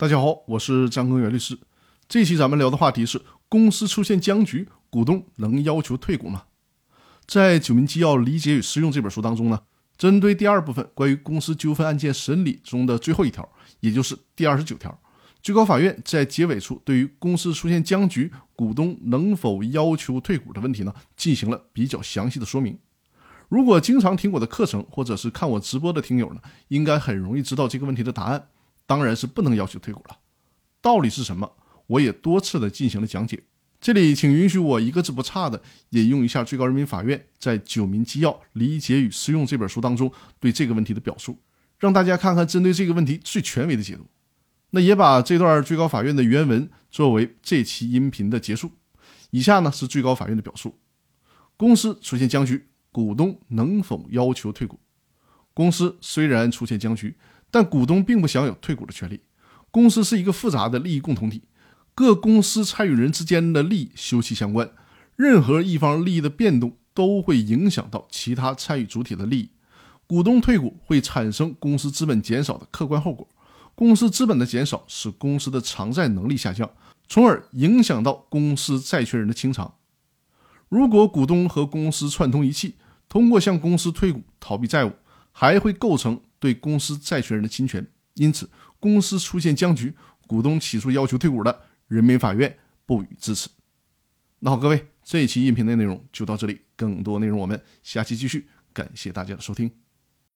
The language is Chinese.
大家好，我是张根源律师。这期咱们聊的话题是公司出现僵局，股东能要求退股吗？在《九民纪要理解与适用》这本书当中呢，针对第二部分关于公司纠纷案件审理中的最后一条，也就是第29条，最高法院在结尾处对于公司出现僵局，股东能否要求退股的问题呢，进行了比较详细的说明。如果经常听我的课程或者是看我直播的听友呢，应该很容易知道这个问题的答案，当然是不能要求退股了。道理是什么？我也多次的进行了讲解。这里请允许我一个字不差的引用一下最高人民法院在《九民纪要理解与适用》这本书当中对这个问题的表述，让大家看看针对这个问题最权威的解读。那也把这段最高法院的原文作为这期音频的结束。以下呢是最高法院的表述：公司出现僵局，股东能否要求退股？公司虽然出现僵局，但股东并不享有退股的权利。公司是一个复杂的利益共同体，各公司参与人之间的利益休戚相关，任何一方利益的变动都会影响到其他参与主体的利益。股东退股会产生公司资本减少的客观后果，公司资本的减少使公司的偿债能力下降，从而影响到公司债权人的清偿。如果股东和公司串通一气，通过向公司退股逃避债务，还会构成对公司债权人的侵权。因此，公司出现僵局，股东起诉要求退股的，人民法院不予支持。那好，各位，这一期音频的内容就到这里，更多内容我们下期继续，感谢大家的收听。